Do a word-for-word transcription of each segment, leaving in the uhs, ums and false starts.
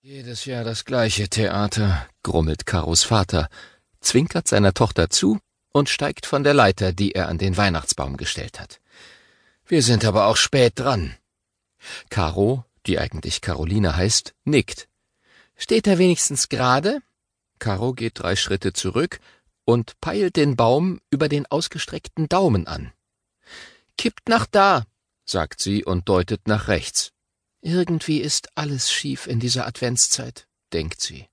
Jedes Jahr das gleiche Theater, grummelt Karos Vater, zwinkert seiner Tochter zu und steigt von der Leiter, die er an den Weihnachtsbaum gestellt hat. Wir sind aber auch spät dran. Karo, die eigentlich Caroline heißt, nickt. Steht er wenigstens gerade? Karo geht drei Schritte zurück und peilt den Baum über den ausgestreckten Daumen an. Kippt nach da, sagt sie und deutet nach rechts. Irgendwie ist alles schief in dieser Adventszeit, denkt sie.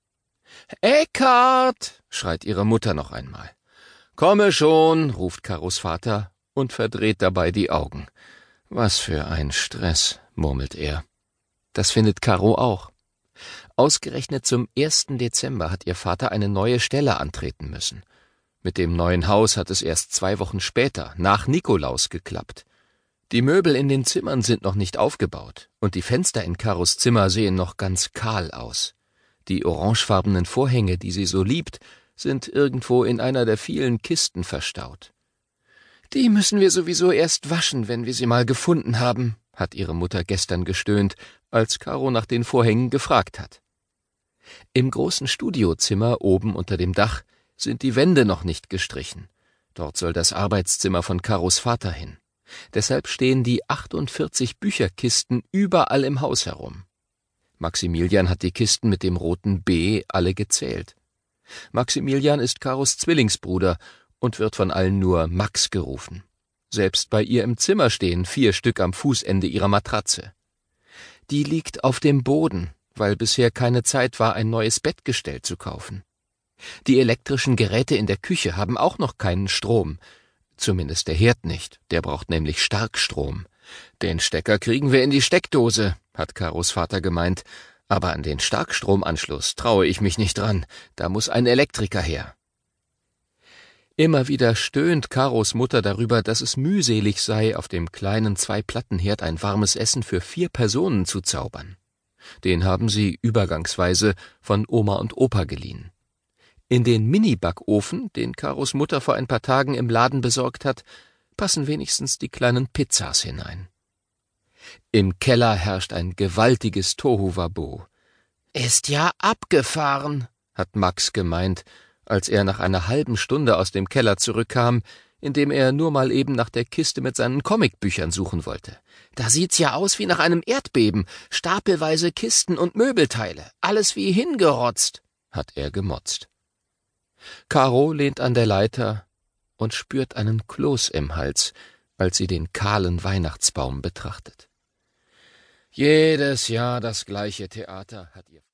»Eckart«, schreit ihre Mutter noch einmal. »Komme schon«, ruft Karos Vater und verdreht dabei die Augen. »Was für ein Stress«, murmelt er. Das findet Karo auch. Ausgerechnet zum ersten Dezember hat ihr Vater eine neue Stelle antreten müssen. Mit dem neuen Haus hat es erst zwei Wochen später, nach Nikolaus, geklappt. Die Möbel in den Zimmern sind noch nicht aufgebaut und die Fenster in Karos Zimmer sehen noch ganz kahl aus. Die orangefarbenen Vorhänge, die sie so liebt, sind irgendwo in einer der vielen Kisten verstaut. »Die müssen wir sowieso erst waschen, wenn wir sie mal gefunden haben«, hat ihre Mutter gestern gestöhnt, als Karo nach den Vorhängen gefragt hat. Im großen Studiozimmer oben unter dem Dach sind die Wände noch nicht gestrichen. Dort soll das Arbeitszimmer von Karos Vater hin. Deshalb stehen die achtundvierzig Bücherkisten überall im Haus herum. Maximilian hat die Kisten mit dem roten B alle gezählt. Maximilian ist Karos Zwillingsbruder und wird von allen nur Max gerufen. Selbst bei ihr im Zimmer stehen vier Stück am Fußende ihrer Matratze. Die liegt auf dem Boden, weil bisher keine Zeit war, ein neues Bettgestell zu kaufen. Die elektrischen Geräte in der Küche haben auch noch keinen Strom. Zumindest der Herd nicht, der braucht nämlich Starkstrom. Den Stecker kriegen wir in die Steckdose, hat Karos Vater gemeint, aber an den Starkstromanschluss traue ich mich nicht dran, da muss ein Elektriker her. Immer wieder stöhnt Karos Mutter darüber, dass es mühselig sei, auf dem kleinen Zwei-Platten-Herd ein warmes Essen für vier Personen zu zaubern. Den haben sie übergangsweise von Oma und Opa geliehen. In den Mini-Backofen, den Karos Mutter vor ein paar Tagen im Laden besorgt hat, passen wenigstens die kleinen Pizzas hinein. Im Keller herrscht ein gewaltiges Tohuwabohu. »Ist ja abgefahren«, hat Max gemeint, als er nach einer halben Stunde aus dem Keller zurückkam, indem er nur mal eben nach der Kiste mit seinen Comicbüchern suchen wollte. »Da sieht's ja aus wie nach einem Erdbeben. Stapelweise Kisten und Möbelteile. Alles wie hingerotzt«, hat er gemotzt. Karo lehnt an der Leiter und spürt einen Kloß im Hals, als sie den kahlen Weihnachtsbaum betrachtet. Jedes Jahr das gleiche Theater, hat ihr